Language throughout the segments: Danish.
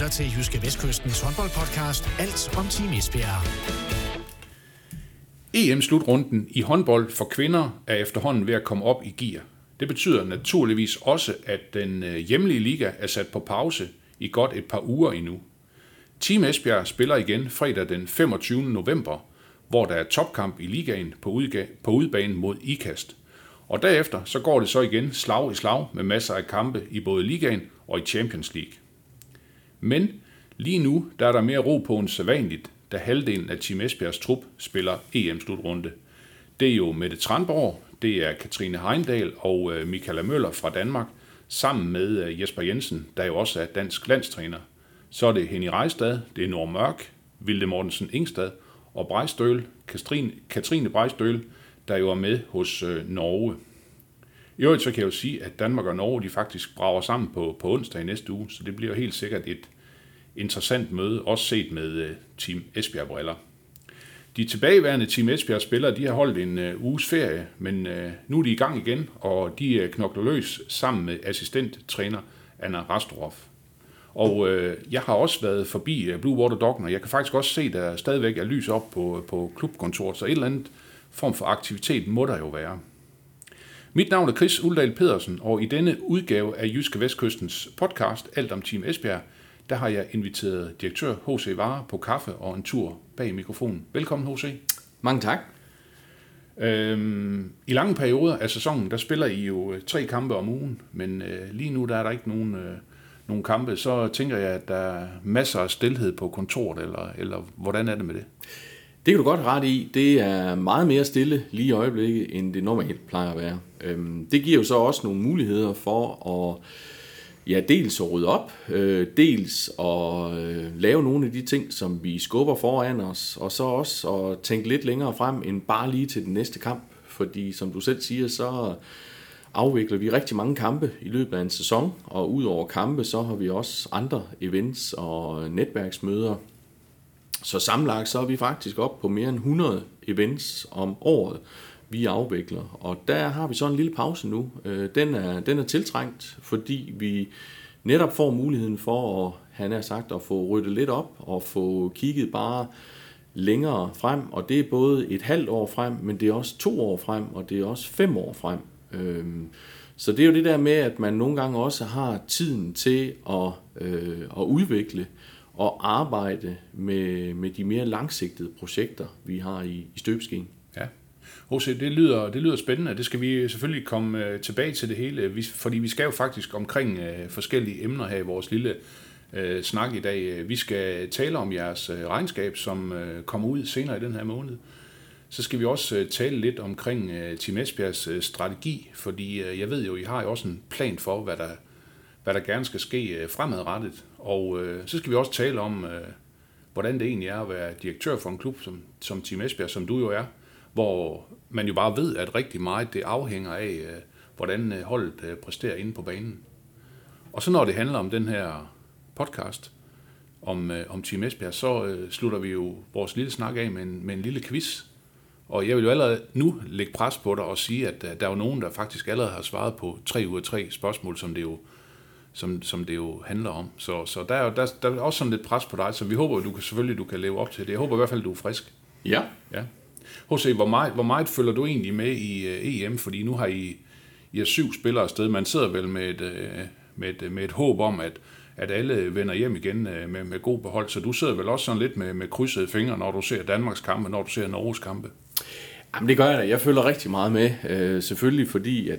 til Jyske Vestkystens håndboldpodcast, alt om Team Esbjerg. EM-slutrunden i håndbold for kvinder er efterhånden ved at komme op i gear. Det betyder naturligvis også, at den hjemlige liga er sat på pause i godt et par uger endnu. Team Esbjerg spiller igen fredag den 25. november, hvor der er topkamp i ligaen på udbanen mod IKAST. Og derefter så går det så igen slag i slag med masser af kampe i både ligaen og i Champions League. Men lige nu der er der mere ro på end sædvanligt, da halvdelen af Team Esbjergs trup spiller EM-slutrunde. Det er jo Mette Tranborg, det er Katrine Heindal og Michaela Møller fra Danmark, sammen med Jesper Jensen, der jo også er dansk landstræner. Så er det Henny Rejstad, det er Nora Mørk, Vilde Mortensen Ingstad og Brejstøl, Katrine Brejstøl, der jo er med hos Norge. I øvrigt så kan jeg jo sige, at Danmark og Norge de faktisk brager sammen på onsdag i næste uge, så det bliver helt sikkert et interessant møde, også set med Team Esbjerg-briller. De tilbageværende Team Esbjerg-spillere de har holdt en uges ferie, men nu er de i gang igen, og de knokler løs sammen med assistenttræner Anna Rastorov. Og jeg har også været forbi Blue Water Doggen, og jeg kan faktisk også se, at der stadigvæk er lys op på klubkontoret, så et eller andet form for aktivitet må der jo være. Mit navn er Chris Uldal Pedersen, og i denne udgave af Jyske Vestkystens podcast, Alt om Team Esbjerg, der har jeg inviteret direktør H.C. Vare på kaffe og en tur bag mikrofonen. Velkommen, H.C. Mange tak. I lange perioder af sæsonen, der spiller I jo 3 kampe om ugen, men lige nu der er der ikke nogen kampe. Så tænker jeg, at der er masser af stilhed på kontoret, eller hvordan er det med det? Det kan du godt ret i. Det er meget mere stille lige i øjeblikket, end det normalt plejer at være. Det giver jo så også nogle muligheder for at dels at rydde op, dels at lave nogle af de ting, som vi skubber foran os, og så også at tænke lidt længere frem end bare lige til den næste kamp. Fordi som du selv siger, så afvikler vi rigtig mange kampe i løbet af en sæson, og ud over kampe, så har vi også andre events og netværksmøder. Så sammenlagt så er vi faktisk op på mere end 100 events om året, vi afvikler. Og der har vi så en lille pause nu. Den er tiltrængt, fordi vi netop får muligheden for at få ryddet lidt op og få kigget bare længere frem. Og det er både et halvt år frem, men det er også 2 år frem, og det er også 5 år frem. Så det er jo det der med, at man nogle gange også har tiden til at udvikle og arbejde med de mere langsigtede projekter, vi har i støbeskeen. Ja. H.C., det lyder spændende. Det skal vi selvfølgelig komme tilbage til det hele, fordi vi skal jo faktisk omkring forskellige emner her i vores lille snak i dag. Vi skal tale om jeres regnskab, som kommer ud senere i den her måned. Så skal vi også tale lidt omkring Team Esbjergs strategi, fordi jeg ved jo, I har jo også en plan for, hvad der gerne skal ske fremadrettet. Og så skal vi også tale om, hvordan det egentlig er at være direktør for en klub som Team Esbjerg, som du jo er, hvor man jo bare ved, at rigtig meget det afhænger af, hvordan holdet præsterer inde på banen. Og så når det handler om den her podcast om Team Esbjerg, så slutter vi jo vores lille snak af med en lille quiz. Og jeg vil jo allerede nu lægge pres på dig og sige, at der er jo nogen, der faktisk allerede har svaret på 3 ud af 3 spørgsmål, som det jo handler om. Så der er også sådan lidt pres på dig, så vi håber, du kan leve op til det. Jeg håber i hvert fald, du er frisk. Ja. H.C., hvor meget følger du egentlig med i EM? Fordi nu har I har 7 spillere afsted. Man sidder vel med et håb om, at alle vender hjem igen med god behold. Så du sidder vel også sådan lidt med krydsede fingre, når du ser Danmarks kampe, når du ser Norges kampe? Jamen det gør jeg da. Jeg følger rigtig meget med. Selvfølgelig fordi,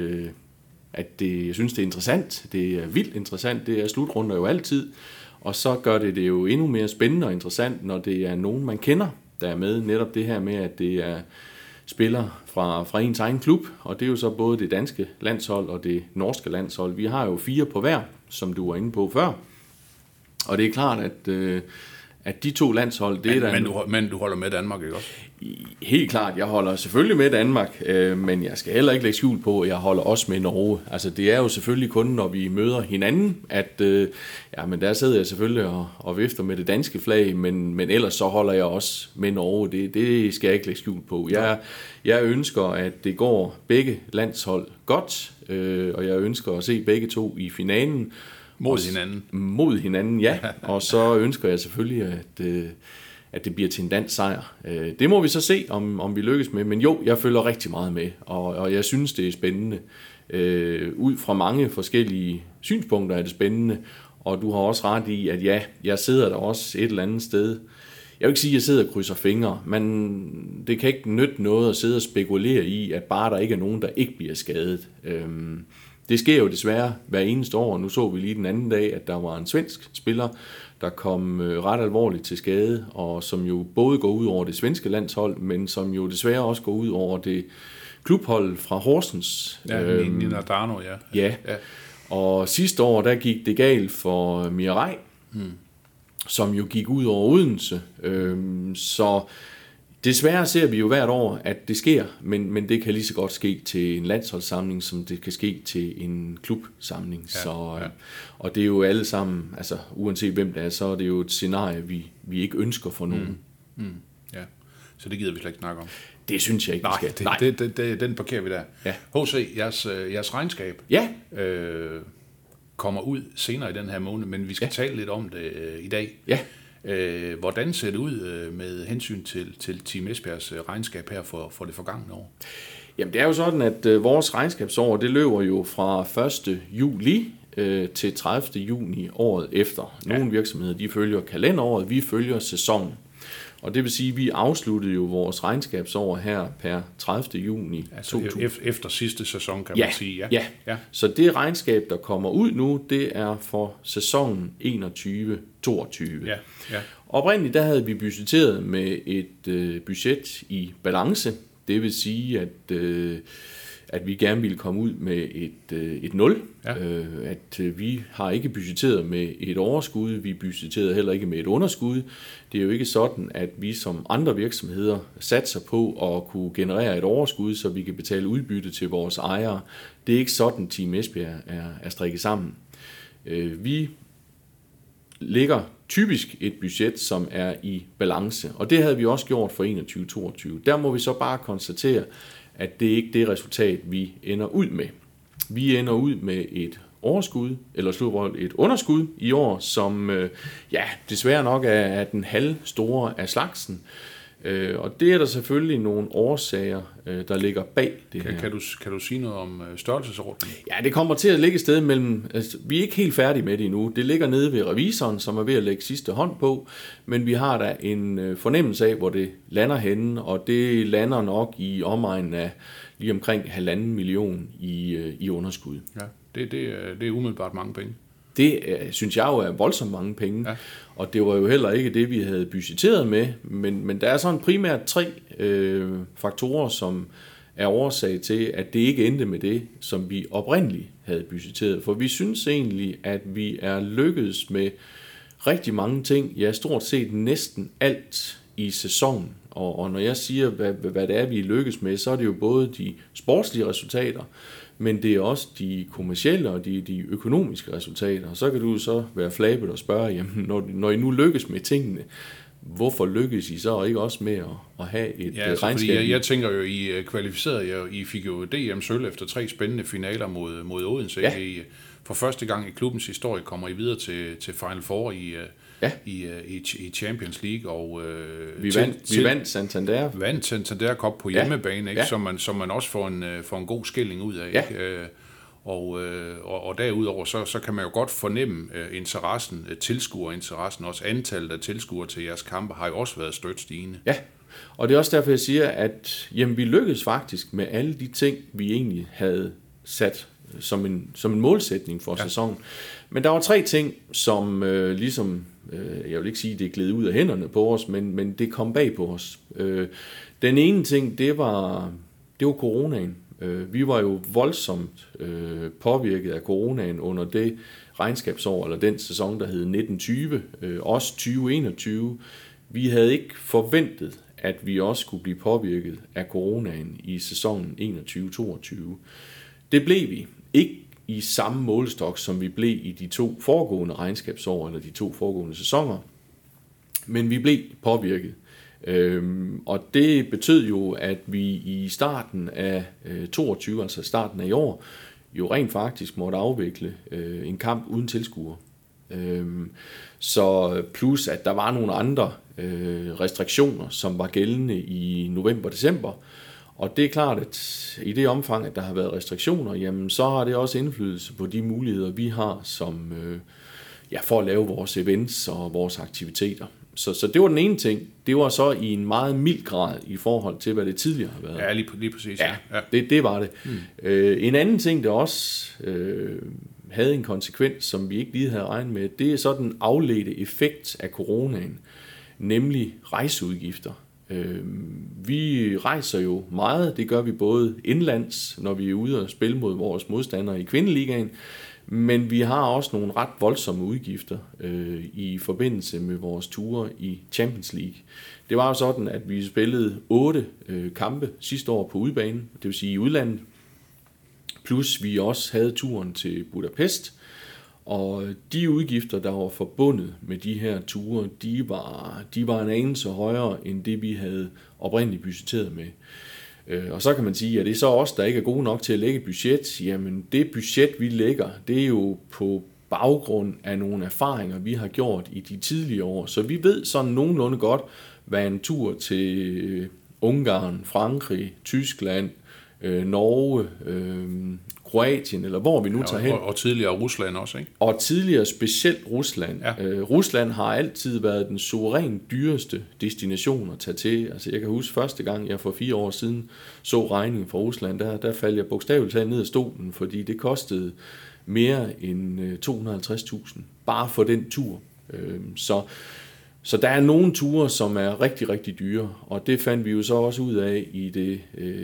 at jeg synes, det er interessant. Det er vildt interessant. Det er slutrunder jo altid. Og så gør det jo endnu mere spændende og interessant, når det er nogen, man kender, der er med. Netop det her med, at det er spillere fra ens egen klub. Og det er jo så både det danske landshold og det norske landshold. Vi har jo 4 på hver, som du var inde på før. Og det er klart, at de 2 landshold... Men du holder med Danmark, ikke også? Helt klart, jeg holder selvfølgelig med Danmark, men jeg skal heller ikke lægge skjul på, at jeg holder også med Norge. Altså det er jo selvfølgelig kun, når vi møder hinanden, at men der sidder jeg selvfølgelig og vifter med det danske flag, men ellers så holder jeg også med Norge. Det skal jeg ikke lægge skjul på. Jeg ønsker, at det går begge landshold godt, og jeg ønsker at se begge 2 i finalen. Mod hinanden, ja. Og så ønsker jeg selvfølgelig, at det bliver til en dansk sejr. Det må vi så se, om vi lykkes med. Men jo, jeg følger rigtig meget med, og jeg synes, det er spændende. Ud fra mange forskellige synspunkter er det spændende, og du har også ret i, at ja, jeg sidder der også et eller andet sted. Jeg vil ikke sige, at jeg sidder og krydser fingre, men det kan ikke nytte noget at sidde og spekulere i, at bare der ikke er nogen, der ikke bliver skadet. Det sker jo desværre hver eneste år. Nu så vi lige den anden dag, at der var en svensk spiller, der kom ret alvorligt til skade, og som jo både går ud over det svenske landshold, men som jo desværre også går ud over det klubhold fra Horsens. Ja, Nina Darno, ja. Ja, og sidste år, der gik det galt for Mirai, som jo gik ud over Odense. Så desværre ser vi jo hvert år, at det sker, men det kan lige så godt ske til en landsholdssamling, som det kan ske til en klubsamling. Ja, og det er jo alle sammen, altså uanset hvem det er, så er det jo et scenarie, vi ikke ønsker for nogen. Ja, så det gider vi slet ikke snakke om. Det synes jeg ikke, vi skal. Den parkerer vi der. Ja. H.C., jeres regnskab kommer ud senere i den her måned, men vi skal tale lidt om det i dag. Ja. Hvordan ser det ud med hensyn til Team Esbjergs regnskab her for det forgangne år? Jamen det er jo sådan, at vores regnskabsår, det løber jo fra 1. juli til 30. juni året efter. Nogle virksomheder, de følger kalenderåret, vi følger sæsonen. Og det vil sige, at vi afsluttede jo vores regnskabsår her per 30. juni. Altså efter sidste sæson, kan man sige. Ja. Så det regnskab, der kommer ud nu, det er for sæsonen 21-22. Ja. Oprindeligt, der havde vi budgetteret med et budget i balance. Det vil sige, at vi gerne ville komme ud med et 0. Ja. At vi har ikke budgetteret med et overskud, vi budgetterede heller ikke med et underskud. Det er jo ikke sådan, at vi som andre virksomheder satser på at kunne generere et overskud, så vi kan betale udbytte til vores ejere. Det er ikke sådan, Team Esbjerg er strikket sammen. Vi lægger typisk et budget, som er i balance, og det havde vi også gjort for 21-22. Der må vi så bare konstatere, at det ikke er det resultat, vi ender ud med. Vi ender ud med et overskud, eller et underskud i år, som desværre nok er den halvstore af slagsen. Og det er der selvfølgelig nogle årsager, der ligger bag det her. Kan du sige noget om størrelsesordenen? Ja, det kommer til at ligge et sted mellem... Altså, vi er ikke helt færdige med det endnu. Det ligger nede ved revisoren, som er ved at lægge sidste hånd på, men vi har da en fornemmelse af, hvor det lander henne, og det lander nok i omegnen af lige omkring 1,5 million i underskud. Ja, det er umiddelbart mange penge. Det synes jeg jo er voldsomt mange penge, og det var jo heller ikke det, vi havde budgetteret med, men der er sådan primært 3 faktorer, som er årsag til, at det ikke endte med det, som vi oprindeligt havde budgetteret. For vi synes egentlig, at vi er lykkedes med rigtig mange ting, stort set næsten alt i sæsonen. Og når jeg siger, hvad det er, vi lykkes med, så er det jo både de sportslige resultater, men det er også de kommercielle og de økonomiske resultater. Og så kan du så være flabet og spørge, jamen, når I nu lykkes med tingene, hvorfor lykkes I så ikke også med at have et regnskab? Fordi jeg tænker jo, I kvalificerede, I fik jo DM-sølv efter 3 spændende finaler mod Odense. Ja. For første gang i klubbens historie kommer I videre til Final Four i Champions League, og vi vandt Santander. Vandt Santander Cup på hjemmebane, ikke? Som man også får en god skilling ud af. Ikke? Og derudover så kan man jo godt fornemme interessen, tilskuerinteressen, også antallet af tilskuere til jeres kampe har jo også været stødt stigende. Ja, og det er også derfor jeg siger, at vi lykkedes faktisk med alle de ting, vi egentlig havde sat som en målsætning for sæsonen. Men der var 3 ting, som jeg vil ikke sige, det gled ud af hænderne på os, men det kom bag på os. Den ene ting, det var coronaen. Vi var jo voldsomt påvirket af coronaen under det regnskabsår, eller den sæson, der hed 1920, også 2021. Vi havde ikke forventet, at vi også skulle blive påvirket af coronaen i sæsonen 21-22. Det blev vi. Ikke i samme målestok, som vi blev i de 2 foregående regnskabsår, eller de 2 foregående sæsoner. Men vi blev påvirket. Og det betød jo, at vi i starten af 22, altså starten af i år, jo rent faktisk måtte afvikle en kamp uden tilskuere. Så plus at der var nogle andre restriktioner, som var gældende i november-december. Og det er klart, at i det omfang, at der har været restriktioner, jamen så har det også indflydelse på de muligheder, vi har som, for at lave vores events og vores aktiviteter. Så det var den ene ting. Det var så i en meget mild grad i forhold til, hvad det tidligere har været. Ja, lige præcis. Ja. Det var det. En anden ting, der også havde en konsekvens, som vi ikke lige havde regnet med, det er så den afledte effekt af coronaen, nemlig rejseudgifter. Vi rejser jo meget, det gør vi både indlands, når vi er ude og spille mod vores modstandere i kvindeligaen, men vi har også nogle ret voldsomme udgifter i forbindelse med vores ture i Champions League. Det var jo sådan, at vi spillede 8 kampe sidste år på udebane, det vil sige i udlandet, plus vi også havde turen til Budapest, og de udgifter, der var forbundet med de her ture, de var en anelse højere end det, vi havde oprindeligt budgetteret med. Og så kan man sige, at det er så os, der ikke er gode nok til at lægge et budget. Jamen det budget, vi lægger, det er jo på baggrund af nogle erfaringer, vi har gjort i de tidligere år. Så vi ved sådan nogenlunde godt, hvad en tur til Ungarn, Frankrig, Tyskland, Norge, Kroatien, eller hvor vi nu tager hen. Og tidligere Rusland også, ikke? Og tidligere specielt Rusland. Ja. Rusland har altid været den suverænt dyreste destination at tage til. Altså jeg kan huske første gang, jeg for 4 år siden så regningen fra Rusland, der faldt jeg bogstaveligt talt ned af stolen, fordi det kostede mere end 250.000 bare for den tur. Så der er nogle ture, som er rigtig, rigtig dyre, og det fandt vi jo så også ud af i det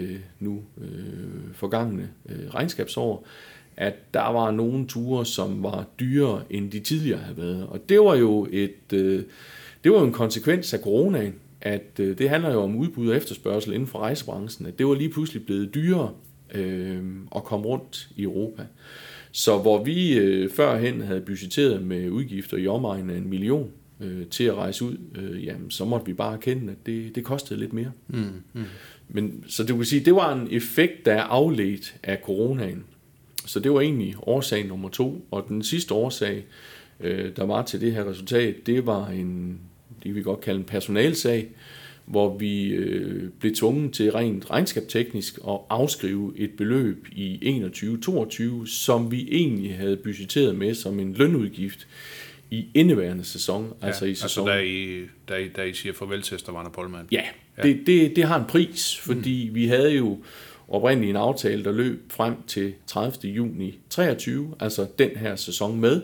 forgangne regnskabsår, at der var nogle ture, som var dyrere, end de tidligere havde været. Og det var jo en konsekvens af coronaen, at det handler jo om udbud og efterspørgsel inden for rejsebranchen, at det var lige pludselig blevet dyrere at komme rundt i Europa. Så hvor vi førhen havde budgetteret med udgifter i omegnen af 1 million, til at rejse ud, jamen, så måtte vi bare erkende, at det kostede lidt mere. Men, så det vil sige, det var en effekt, der er afledt af coronaen. Så det var egentlig årsag nummer 2. Og den sidste årsag, der var til det her resultat, det var det vi godt kalde en personalsag, hvor vi blev tvunget til rent regnskabsteknisk at afskrive et beløb i 21-22, som vi egentlig havde budgetteret med som en lønudgift i indeværende sæson, altså i sæson. Altså da I siger farvel til Stavanger Polman. Ja, det har en pris, fordi vi havde jo oprindeligt en aftale, der løb frem til 30. juni 23, altså den her sæson med.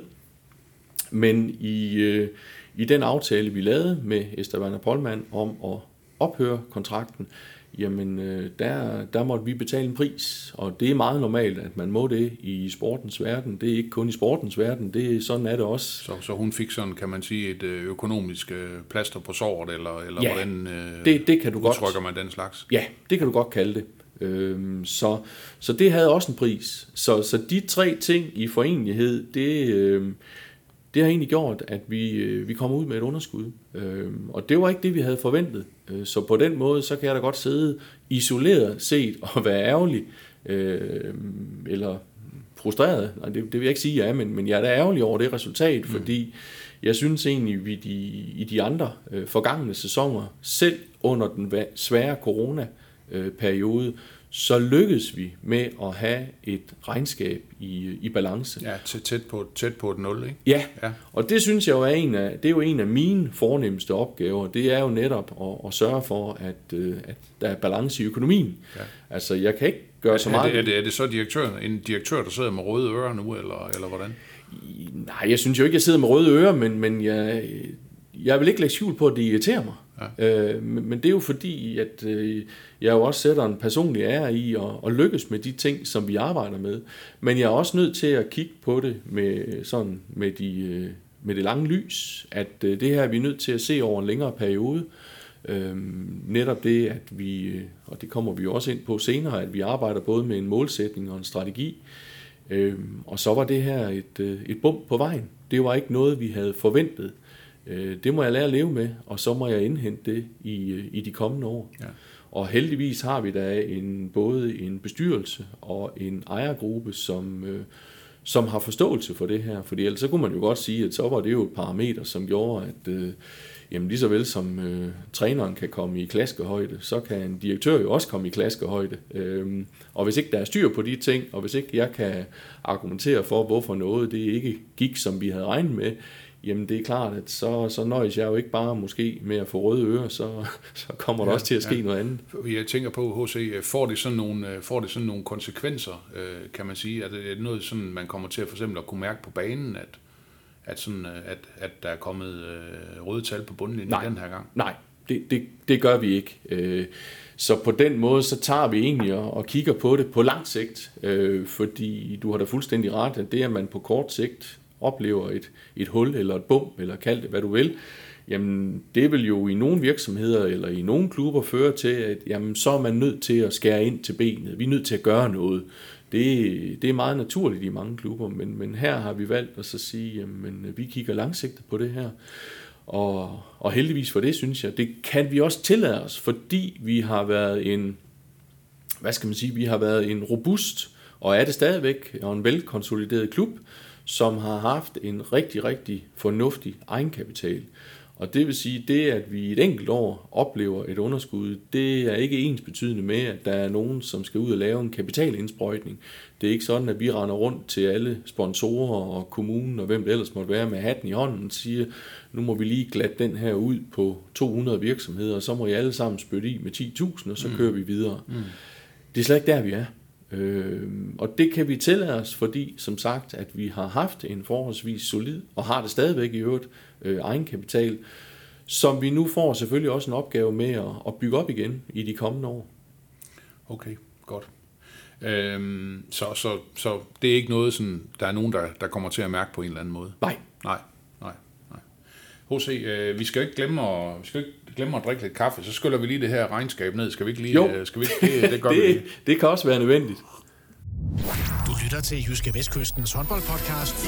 Men i den aftale, vi lavede med Stavanger Polman om at ophøre kontrakten, jamen der måtte vi betale en pris, og det er meget normalt, at man må det i sportens verden. Det er ikke kun i sportens verden, sådan er det også. Så hun fik sådan, kan man sige, et økonomisk plaster på såret, eller ja, hvordan det kan du udtrykker man den slags? Ja, det kan du godt kalde det. Så det havde også en pris. Så de 3 ting i forenighed, det har egentlig gjort, at vi kommer ud med et underskud. Og det var ikke det, vi havde forventet. Så på den måde, så kan jeg da godt sidde isoleret set og være ærgerlig, eller frustreret. Nej, det vil jeg ikke sige, ja, men jeg er da ærgerlig over det resultat, fordi jeg synes egentlig, at i de andre forgangne sæsoner, selv under den svære corona-periode, så lykkedes vi med at have et regnskab i balance. Ja, tæt på et 0, ikke? Ja, og det synes jeg jo er en af mine fornemmeste opgaver. Det er jo netop at sørge for, at der er balance i økonomien. Ja. Altså, jeg kan ikke gøre så meget. Er det så en direktør, der sidder med røde ører nu, eller hvordan? Nej, jeg synes jo ikke, jeg sidder med røde ører, men jeg vil ikke lægge skjul på, at det irriterer mig. Ja. Men det er jo fordi, at jeg jo også sætter en personlig ære i at lykkes med de ting, som vi arbejder med. Men jeg er også nødt til at kigge på det med det lange lys, at det her er vi nødt til at se over en længere periode. Netop det, at vi, og det kommer vi jo også ind på senere, at vi arbejder både med en målsætning og en strategi. Og så var det her et bump på vejen. Det var ikke noget, vi havde forventet. Det må jeg lære at leve med, og så må jeg indhente det i de kommende år. Ja. Og heldigvis har vi da både en bestyrelse og en ejergruppe, som har forståelse for det her. Fordi ellers så kunne man jo godt sige, at så var det jo et parameter, som gjorde, at jamen lige så vel som træneren kan komme i klaskehøjde, så kan en direktør jo også komme i klaskehøjde. Og hvis ikke der er styr på de ting, og hvis ikke jeg kan argumentere for, hvorfor noget det ikke gik, som vi havde regnet med, jamen det er klart, at så nøjes jeg jo ikke bare måske med at få røde ører, så kommer der også til at ske noget andet. Jeg tænker på, H.C., får det sådan nogle konsekvenser, kan man sige? Er det noget, sådan, man kommer til at for eksempel at kunne mærke på banen, at der er kommet røde tal på bundlinjen den her gang? Nej, det gør vi ikke. Så på den måde, så tager vi egentlig og kigger på det på lang sigt, fordi du har da fuldstændig ret, at det, at man på kort sigt oplever et hul eller et bump, eller kald det hvad du vil, jamen det vil jo i nogle virksomheder eller i nogle klubber føre til, at jamen, så er man nødt til at skære ind til benet. Vi er nødt til at gøre noget. Det er meget naturligt i mange klubber, men her har vi valgt at så sige, jamen vi kigger langsigtet på det her. Og heldigvis for det, synes jeg, det kan vi også tillade os, fordi vi har været en robust, og er det stadigvæk, og en velkonsolideret klub, som har haft en rigtig, rigtig fornuftig egenkapital. Og det vil sige, det at vi i et enkelt år oplever et underskud, det er ikke ensbetydende med, at der er nogen, som skal ud og lave en kapitalindsprøjtning. Det er ikke sådan, at vi render rundt til alle sponsorer og kommunen og hvem det ellers måtte være med hatten i hånden og siger, nu må vi lige glatte den her ud på 200 virksomheder, og så må I alle sammen spytte i med 10.000, og så kører vi videre. Det er slet ikke der, vi er. Og det kan vi tillade os, fordi som sagt, at vi har haft en forholdsvis solid, og har det stadigvæk i øvrigt, egenkapital, som vi nu får selvfølgelig også en opgave med at bygge op igen i de kommende år. Okay, godt. Så det er ikke noget, sådan, der er nogen, der kommer til at mærke på en eller anden måde? Nej. H.C., vi skal ikke glemme at drikke lidt kaffe, så skyller vi lige det her regnskab ned. Skal vi ikke lige? Jo, det gør vi lige. Det kan også være nødvendigt. Du lytter til Jyske Vestkystens håndboldpodcast.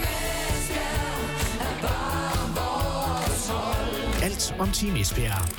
Alt om Team Esbjerg.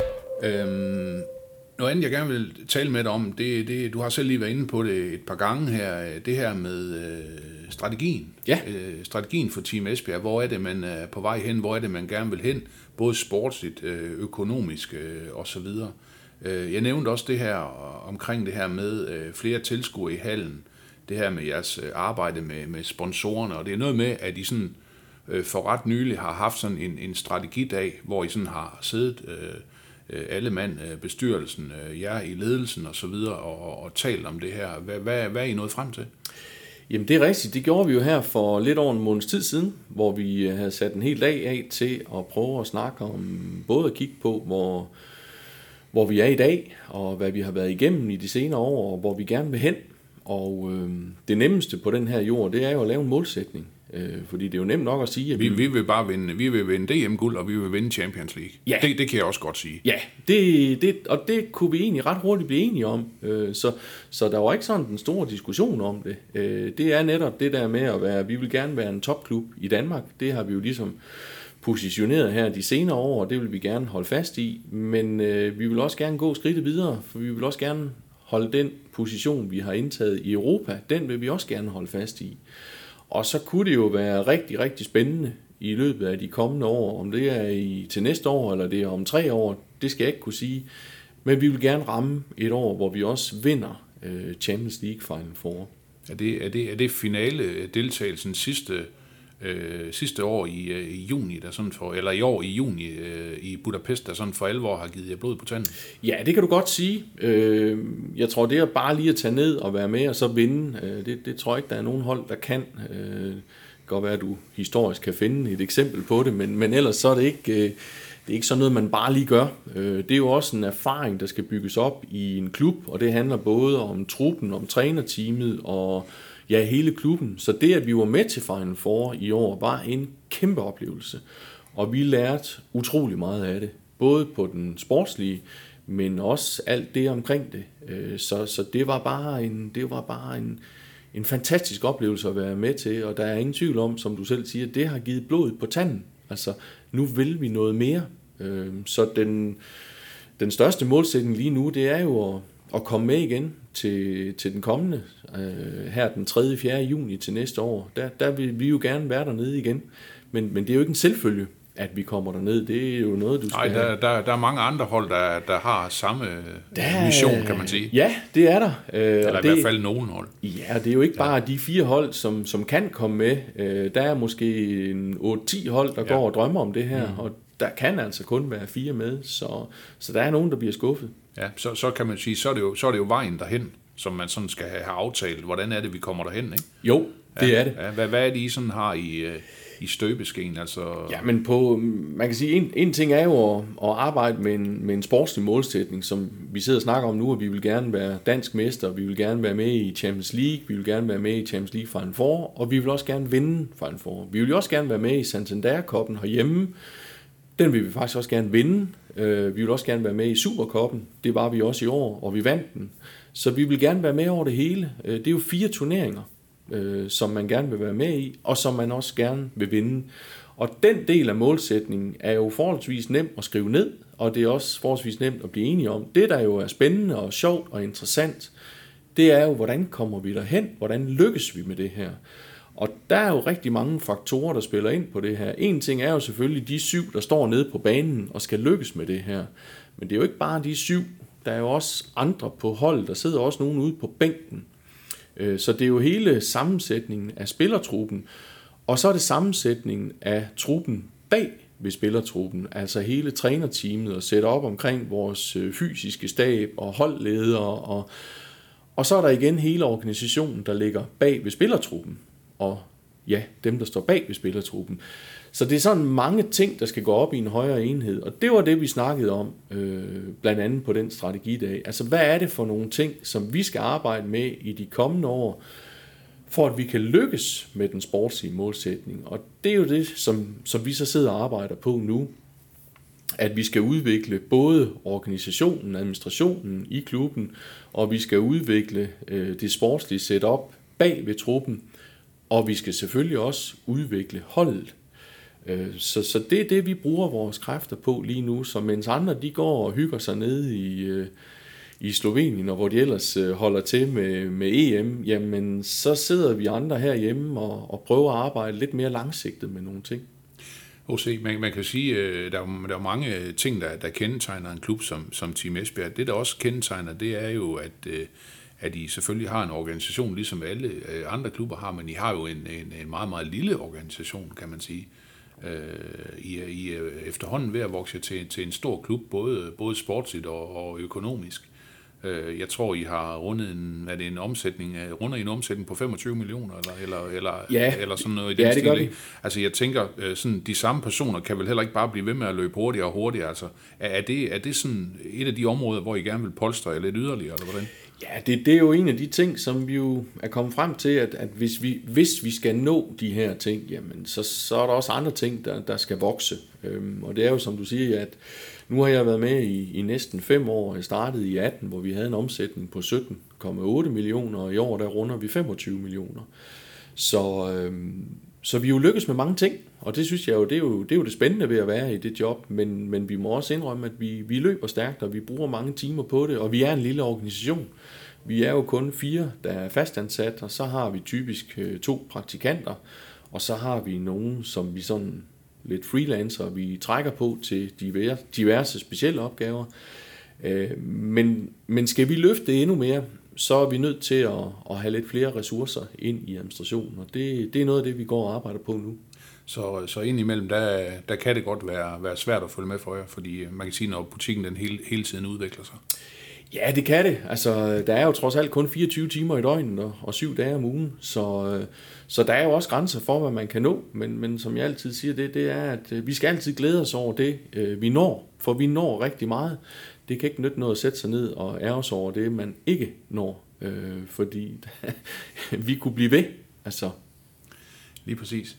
Noget andet, jeg gerne vil tale med dig om, det du har selv lige været inde på det et par gange her, det her med strategien. Ja. Strategien for Team Esbjerg. Hvor er det, man er på vej hen? Hvor er det, man gerne vil hen? Både sportsligt, økonomisk osv. Jeg nævnte også det her omkring det her med flere tilskuere i hallen. Det her med jeres arbejde med sponsorerne. Og det er noget med, at I sådan for ret nylig har haft sådan en strategidag, hvor I sådan har siddet alle mand, bestyrelsen, jer i ledelsen og så videre, og talt om det her. Hvad er I nået frem til? Jamen det er rigtigt. Det gjorde vi jo her for lidt over en måneds tid siden, hvor vi havde sat en hel dag af til at prøve at snakke om, både at kigge på, hvor vi er i dag, og hvad vi har været igennem i de senere år, og hvor vi gerne vil hen. Og det nemmeste på den her jord, det er jo at lave en målsætning. Fordi det er jo nemt nok at sige, at vi vil bare vinde. Vi vil vinde DM-guld, og vi vil vinde Champions League. Ja. Det kan jeg også godt sige. Ja, og det kunne vi egentlig ret hurtigt blive enige om. Så der var ikke sådan en stor diskussion om det. Det er netop det der med at være, vi vil gerne være en topklub i Danmark. Det har vi jo ligesom positioneret her de senere år, og det vil vi gerne holde fast i. Men vi vil også gerne gå skridtet videre, for vi vil også gerne holde den position, vi har indtaget i Europa, den vil vi også gerne holde fast i. Og så kunne det jo være rigtig, rigtig spændende i løbet af de kommende år. Om det er til næste år, eller det er om 3 år, det skal jeg ikke kunne sige. Men vi vil gerne ramme et år, hvor vi også vinder Champions League Final Four. Er det finale deltagelsen sidste år i juni, der sådan eller i år i juni i Budapest, der sådan for alvor har givet jer blod på tanden? Ja, det kan du godt sige. Jeg tror, det er bare lige at tage ned og være med og så vinde. Det tror jeg ikke, der er nogen hold, der kan. Det kan godt være, at du historisk kan finde et eksempel på det, men ellers så er det ikke... Det er ikke sådan noget, man bare lige gør. Det er jo også en erfaring, der skal bygges op i en klub, og det handler både om truppen, om trænerteamet og hele klubben. Så det, at vi var med til Final Four i år, var en kæmpe oplevelse. Og vi lærte utrolig meget af det. Både på den sportslige, men også alt det omkring det. Så det var bare en fantastisk oplevelse at være med til, og der er ingen tvivl om, som du selv siger, det har givet blod på tanden. Altså, nu vil vi noget mere. Så den største målsætning lige nu, det er jo at komme med igen til den kommende, her den 3. 4. juni til næste år. Der vil vi jo gerne være dernede igen, men det er jo ikke en selvfølge, at vi kommer derned. Det er jo noget, du skal have. Der er mange andre hold, der har samme mission, kan man sige. Ja, det er der. Eller i hvert fald nogen hold. Ja, det er jo ikke bare de 4 hold, som kan komme med. Der er måske en 8-10 hold, der går og drømmer om det her, og der kan altså kun være 4 med, så der er nogen, der bliver skuffet. Ja, så kan man sige, så er det jo vejen derhen, som man sådan skal have aftalt. Hvordan er det, vi kommer derhen, ikke? Jo, det er det. Ja, hvad er det, I sådan har i støbeskeen? Altså... Ja, men man kan sige, en ting er jo at arbejde med en sportslig målsætning, som vi sidder og snakker om nu, at vi vil gerne være dansk mester, vi vil gerne være med i Champions League, vi vil gerne være med i Champions League Final Four, og vi vil også gerne vinde Final Four. Vi vil også gerne være med i Santander-koppen herhjemme. Den vil vi faktisk også gerne vinde. Vi vil også gerne være med i Superkoppen. Det var vi også i år, og vi vandt den. Så vi vil gerne være med over det hele. Det er jo 4 turneringer, som man gerne vil være med i, og som man også gerne vil vinde. Og den del af målsætningen er jo forholdsvis nemt at skrive ned, og det er også forholdsvis nemt at blive enige om. Det, der jo er spændende og sjovt og interessant, det er jo, hvordan kommer vi derhen? Hvordan lykkes vi med det her? Og der er jo rigtig mange faktorer, der spiller ind på det her. En ting er jo selvfølgelig de 7, der står nede på banen og skal lykkes med det her. Men det er jo ikke bare de 7. Der er jo også andre på hold. Der sidder også nogen ude på bænken. Så det er jo hele sammensætningen af spillertruppen. Og så er det sammensætningen af truppen bag ved spillertruppen. Altså hele trænerteamet og sætte op omkring vores fysiske stab og holdledere. Og så er der igen hele organisationen, der ligger bag ved spillertruppen. Og ja, dem, der står bag ved spillertruppen. Så det er sådan mange ting, der skal gå op i en højere enhed. Og det var det, vi snakkede om, blandt andet på den strategidag. Altså, hvad er det for nogle ting, som vi skal arbejde med i de kommende år, for at vi kan lykkes med den sportslige målsætning? Og det er jo det, som vi så sidder og arbejder på nu. At vi skal udvikle både organisationen, administrationen i klubben, og vi skal udvikle det sportslige setup bag ved truppen, og vi skal selvfølgelig også udvikle holdet. Så det er det, vi bruger vores kræfter på lige nu, så mens andre de går og hygger sig nede i Slovenien, og hvor de ellers holder til med EM, jamen så sidder vi andre herhjemme og prøver at arbejde lidt mere langsigtet med nogle ting. Man kan sige, der er mange ting, der kendetegner en klub som Team Esbjerg. Det, der også kendetegner, det er jo, at I selvfølgelig har en organisation, ligesom alle andre klubber har, men I har jo en meget, meget lille organisation, kan man sige. I er efterhånden ved at vokse til en stor klub, både sportsligt og økonomisk. Jeg tror, I har rundet en omsætning på 25 millioner, eller sådan noget i den stil. Det. Altså, jeg tænker, sådan, de samme personer kan vel heller ikke bare blive ved med at løbe hurtigere og hurtigere. Altså, er det sådan et af de områder, hvor I gerne vil polstre jer lidt yderligere, eller hvordan? Ja, det er jo en af de ting, som vi jo er kommet frem til, at hvis vi skal nå de her ting, jamen, så er der også andre ting, der skal vokse. Og det er jo, som du siger, at nu har jeg været med i næsten 5 år. Jeg startede i 18, hvor vi havde en omsætning på 17,8 millioner, og i år der runder vi 25 millioner. Så vi er jo lykkes med mange ting, og det synes jeg jo, det er jo det spændende ved at være i det job, men vi må også indrømme, at vi løber stærkt, og vi bruger mange timer på det, og vi er en lille organisation. Vi er jo kun 4, der er fastansat, og så har vi typisk 2 praktikanter, og så har vi nogen, som vi sådan lidt freelancer, vi trækker på til diverse specielle opgaver. Men skal vi løfte endnu mere, så er vi nødt til at have lidt flere ressourcer ind i administrationen, og det er noget af det, vi går og arbejder på nu. Så indimellem, der kan det godt være svært at følge med for jer, fordi man kan sige, når butikken den hele tiden udvikler sig. Ja, det kan det. Altså, der er jo trods alt kun 24 timer i døgnet og 7 dage om ugen, så der er jo også grænser for, hvad man kan nå, men som jeg altid siger, det er, at vi skal altid glæde os over det, vi når, for vi når rigtig meget. Det kan ikke nytte noget at sætte sig ned og ærge sig over det, man ikke når, fordi vi kunne blive ved. Altså. Lige præcis.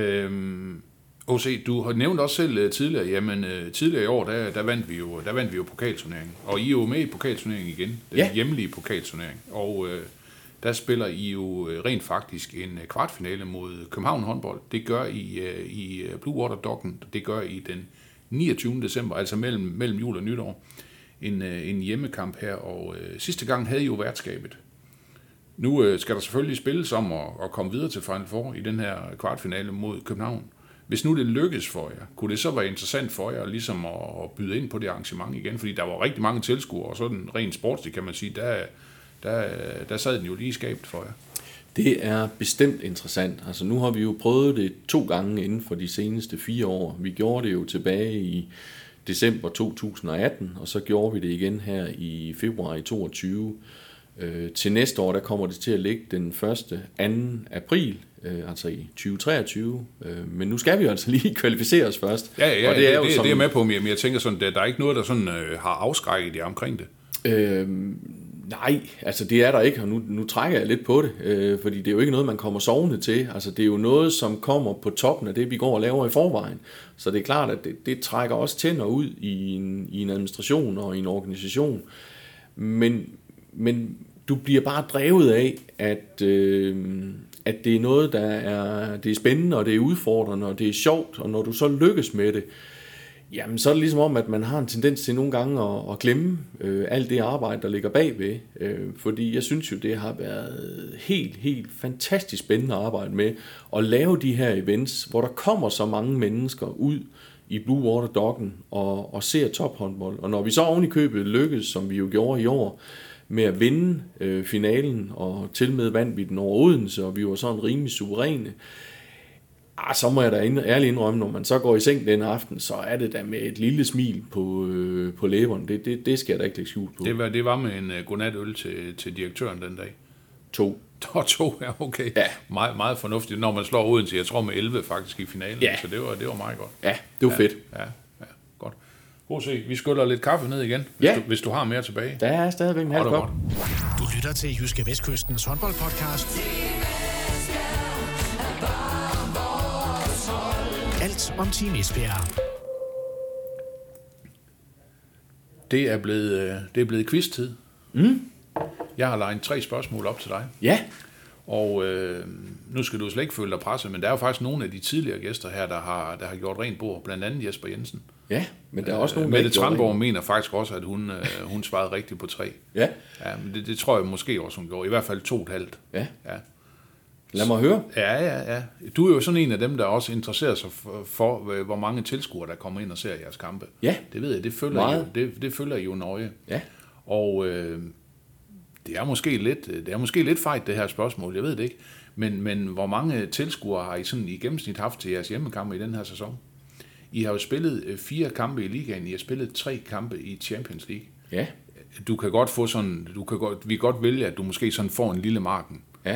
O.C., du har nævnt også selv tidligere, jamen tidligere i år, der vandt vi jo pokalturneringen, og I er jo med i pokalturneringen igen, den hjemlige pokalturnering, og der spiller I jo rent faktisk en kvartfinale mod København håndbold. Det gør I i Blue Water Docken, det gør I den 29. december, altså mellem jul og nytår. en hjemmekamp her, og sidste gang havde I jo værtskabet. Nu skal der selvfølgelig spilles om at komme videre til Final Four i den her kvartfinale mod København. Hvis nu det lykkes for jer, kunne det så være interessant for jer ligesom at byde ind på det arrangement igen? Fordi der var rigtig mange tilskuere, og sådan rent sportsligt kan man sige, der sad den jo lige i skabet for jer. Det er bestemt interessant. Altså nu har vi jo prøvet det 2 gange inden for de seneste 4 år. Vi gjorde det jo tilbage i december 2018, og så gjorde vi det igen her i februar i 2022. Til næste år, der kommer det til at ligge den 1. 2. april, altså i 2023. Men nu skal vi altså lige kvalificere os først. Ja, og det er jeg med på, men jeg tænker sådan, der er ikke noget, der sådan har afskrækket jer omkring det. Nej, altså det er der ikke, og nu trækker jeg lidt på det, fordi det er jo ikke noget, man kommer sovende til. Altså det er jo noget, som kommer på toppen af det, vi går og laver i forvejen. Så det er klart, at det trækker også tænder ud i en administration og i en organisation. Men du bliver bare drevet af, at det er noget, det er spændende, og det er udfordrende, og det er sjovt, og når du så lykkes med det, jamen så er det ligesom om, at man har en tendens til nogle gange at glemme alt det arbejde, der ligger bagved. Fordi jeg synes jo, det har været helt fantastisk spændende at arbejde med at lave de her events, hvor der kommer så mange mennesker ud i Blue Water Docken og ser tophåndbold. Og når vi så oven i købet lykkes, som vi jo gjorde i år, med at vinde finalen, og til med vandt vi den over Odense, og vi var sådan rimelig suveræne, så må jeg da ærligt indrømme, når man så går i seng den aften, så er det da med et lille smil på læberne. Det skal jeg da ikke lægge skjult på. Det var med en godnatøl til direktøren den dag. 2. 2, ja, okay. Ja. Meget, meget fornuftigt, når man slår Odense. Jeg tror med 11 faktisk i finalen, ja. Så det var meget godt. Ja, det var fedt. Ja, godt. H.C., vi skyller lidt kaffe ned igen, hvis du har mere tilbage. Der er stadigvæk en halv kop. Du lytter til Jyske Vestkystens håndboldpodcast. Alt om Team Esbjerg. Det er blevet quiz-tid. Jeg har legnet 3 spørgsmål op til dig. Ja. Og nu skal du slet ikke føle dig presset, men der er jo faktisk nogle af de tidligere gæster her, der har gjort rent bord, blandt andet Jesper Jensen. Ja, men der er også nogle, Mette Tranborg mener faktisk også, at hun svarede rigtigt på 3. Ja. Ja, men det tror jeg måske også, hun gjorde. I hvert fald 2,5. Ja. Lad mig høre. Ja. Du er jo sådan en af dem, der også interesserer sig for hvor mange tilskuere, der kommer ind og ser jeres kampe. Ja. Det ved jeg, det følger I jo nøje. Ja. Og det er måske lidt fejt, det her spørgsmål, jeg ved det ikke. Men hvor mange tilskuere har I sådan i gennemsnit haft til jeres hjemmekampe i den her sæson? I har jo spillet 4 kampe i ligaen, I har spillet 3 kampe i Champions League. Ja. Du kan godt få sådan, vi kan godt vælge, at du måske sådan får en lille marken. Ja.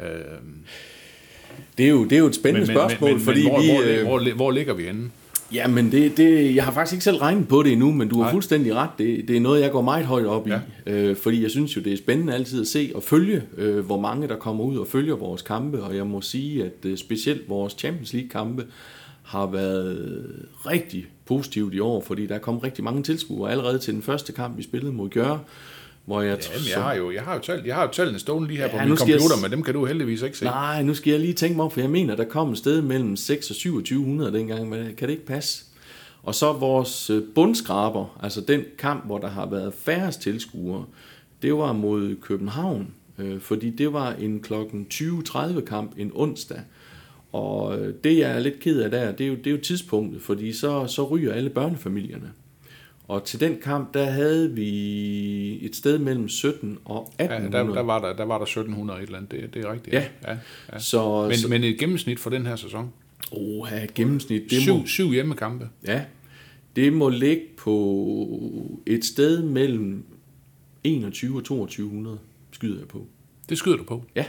Det er jo et spændende spørgsmål, fordi hvor ligger vi henne? Ja, men jeg har faktisk ikke selv regnet på det endnu, men du har fuldstændig ret. Det er noget, jeg går meget højt op i, fordi jeg synes jo, det er spændende altid at se og følge, hvor mange der kommer ud og følger vores kampe, og jeg må sige, at specielt vores Champions League-kampe har været rigtig positivt i år, fordi der er kommet rigtig mange tilskuere allerede til den første kamp, vi spillede mod Gør, hvor jeg har jo tallene stående lige her på min computer, men dem kan du heldigvis ikke se. Nej, nu skal jeg lige tænke mig op, for jeg mener, der kom et sted mellem 6 og 2700 dengang, men kan det ikke passe? Og så vores bundskraber, altså den kamp, hvor der har været færrest tilskuere, det var mod København, fordi det var en kl. 20:30 kamp en onsdag. Og det jeg er lidt ked af der, det er jo tidspunktet, fordi så ryger alle børnefamilierne. Og til den kamp, der havde vi et sted mellem 17 og 1800. Ja, der var der 1700 et eller andet, det er rigtigt. Ja. Så, men et gennemsnit for den her sæson? Et gennemsnit. Det 7 hjemmekampe. Ja, det må ligge på et sted mellem 21 og 2200, skyder jeg på. Det skyder du på? Ja.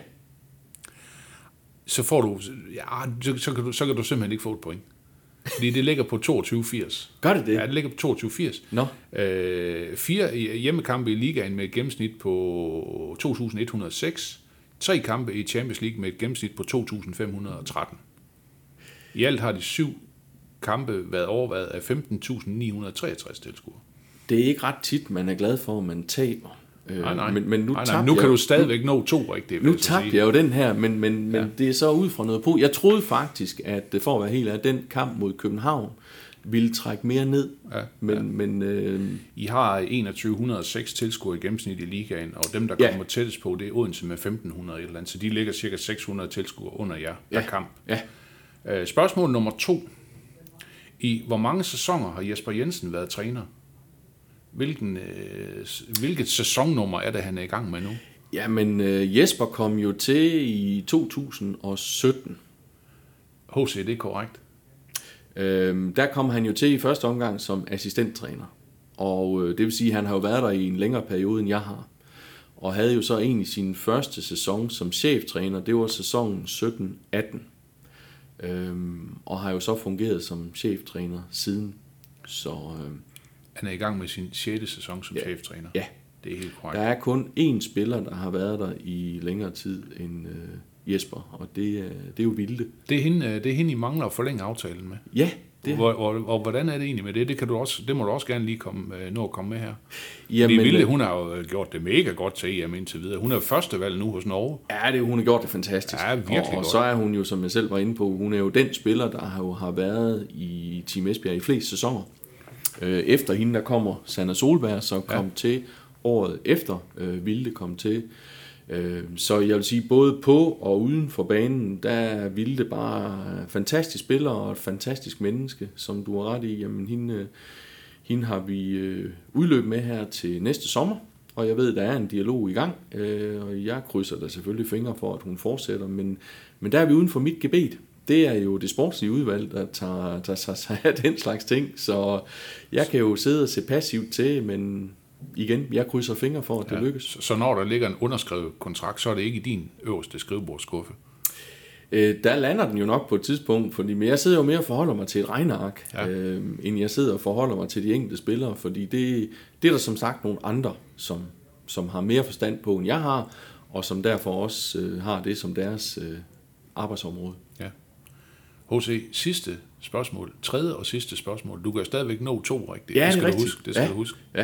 Så får du, så kan du simpelthen ikke få et point. Fordi det ligger på 22,80. Gør det det? Ja, det ligger på 22,80. Nå. 4 hjemmekampe i ligaen med et gennemsnit på 2.106. 3 kampe i Champions League med et gennemsnit på 2.513. I alt har de 7 kampe været overvejet af 15.963 tilskuere. Det er ikke ret tit, man er glad for, at man taber. Nej. Men nu kan du stadigvæk nå 2 rigtigt. Nu tabte jeg jo den her, men det er så ud fra noget på. Jeg troede faktisk, at for at være helt af den kamp mod København, ville trække mere ned. Ja, Men I har 2106 tilskuere i gennemsnit i ligaen, og dem, der kommer tættest på, det er Odense med 1500 et eller andet, så de ligger cirka 600 tilskuere under jer per kamp. Ja. Spørgsmål nummer 2. I hvor mange sæsoner har Jesper Jensen været træner? Hvilket sæsonnummer er det, han er i gang med nu? Jamen, Jesper kom jo til i 2017. HC, det er korrekt. Der kom han jo til i første omgang som assistenttræner. Og det vil sige, at han har jo været der i en længere periode, end jeg har. Og havde jo så egentlig sin første sæson som cheftræner. Det var sæsonen 17-18. Og har jo så fungeret som cheftræner siden. Så han er i gang med sin 6. sæson som cheftræner. Ja. Det er helt korrekt. Der er kun én spiller, der har været der i længere tid end Jesper, og det er jo Vilde. Det er hende, I mangler at forlænge aftalen med. Ja. Og hvordan er det egentlig med det? Det må du også gerne lige nå at komme med her. Jamen, fordi Vilde, hun har jo gjort det mega godt til EM indtil videre. Hun er førstevalg nu hos Norge. Ja, hun har gjort det fantastisk. Ja, virkelig og godt. Så er hun jo, som jeg selv var inde på, hun er jo den spiller, der har været i Team Esbjerg i flest sæsoner. Efter hende, der kommer Sanna Solberg, så kom til året efter Vilde kom til. Så jeg vil sige, både på og uden for banen, der er Vilde bare fantastisk spiller og et fantastisk menneske, som du har ret i. Jamen, hende har vi udløb med her til næste sommer, og jeg ved, der er en dialog i gang, og jeg krydser da selvfølgelig fingre for, at hun fortsætter, men der er vi uden for mit gebet. Det er jo det sportslige udvalg, der tager sig af den slags ting, så jeg kan jo sidde og se passivt til, men igen, jeg krydser fingre for, at det lykkes. Så når der ligger en underskrevet kontrakt, så er det ikke i din øverste skrivebordsskuffe? Der lander den jo nok på et tidspunkt, fordi jeg sidder jo mere og forholder mig til et regneark, end jeg sidder og forholder mig til de enkelte spillere, fordi det er der som sagt nogle andre, som har mere forstand på, end jeg har, og som derfor også har det som deres arbejdsområde. Ja. H.C., sidste spørgsmål, tredje og sidste spørgsmål. Du kan stadigvæk nå 2 rigtigt. Ja, det skal rigtigt. Du huske. Ja.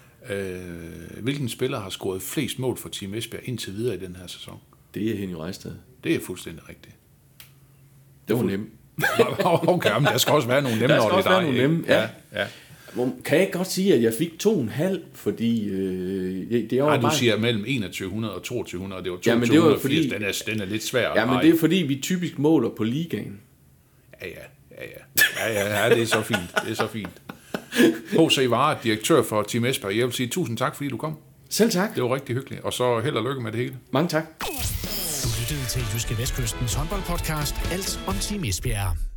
Hvilken spiller har scoret flest mål for Team Esbjerg indtil videre i den her sæson? Det er Henny Rejstad. Det er fuldstændig rigtigt. Det var nemt. Okay, men der skal også være nogle nemme. Der skal også være nogle nemme, ja. Kan jeg ikke godt sige, at jeg fik 2,5, fordi det er jo du siger mellem 2100 og 2200, og det var 2280. Ja, men det var fordi, den er lidt svær. Ja, men det er fordi, vi typisk måler på ligaen. Ja, det er så fint. Det er så fint. H.C. Vare, direktør for Team Esbjerg. Jeg vil sige tusind tak, fordi du kom. Selv tak. Det var rigtig hyggeligt, og så held og lykke med det hele. Mange tak. Du lyttede til Jyske Vestkystens håndboldpodcast, Alt om Team Esbjerg.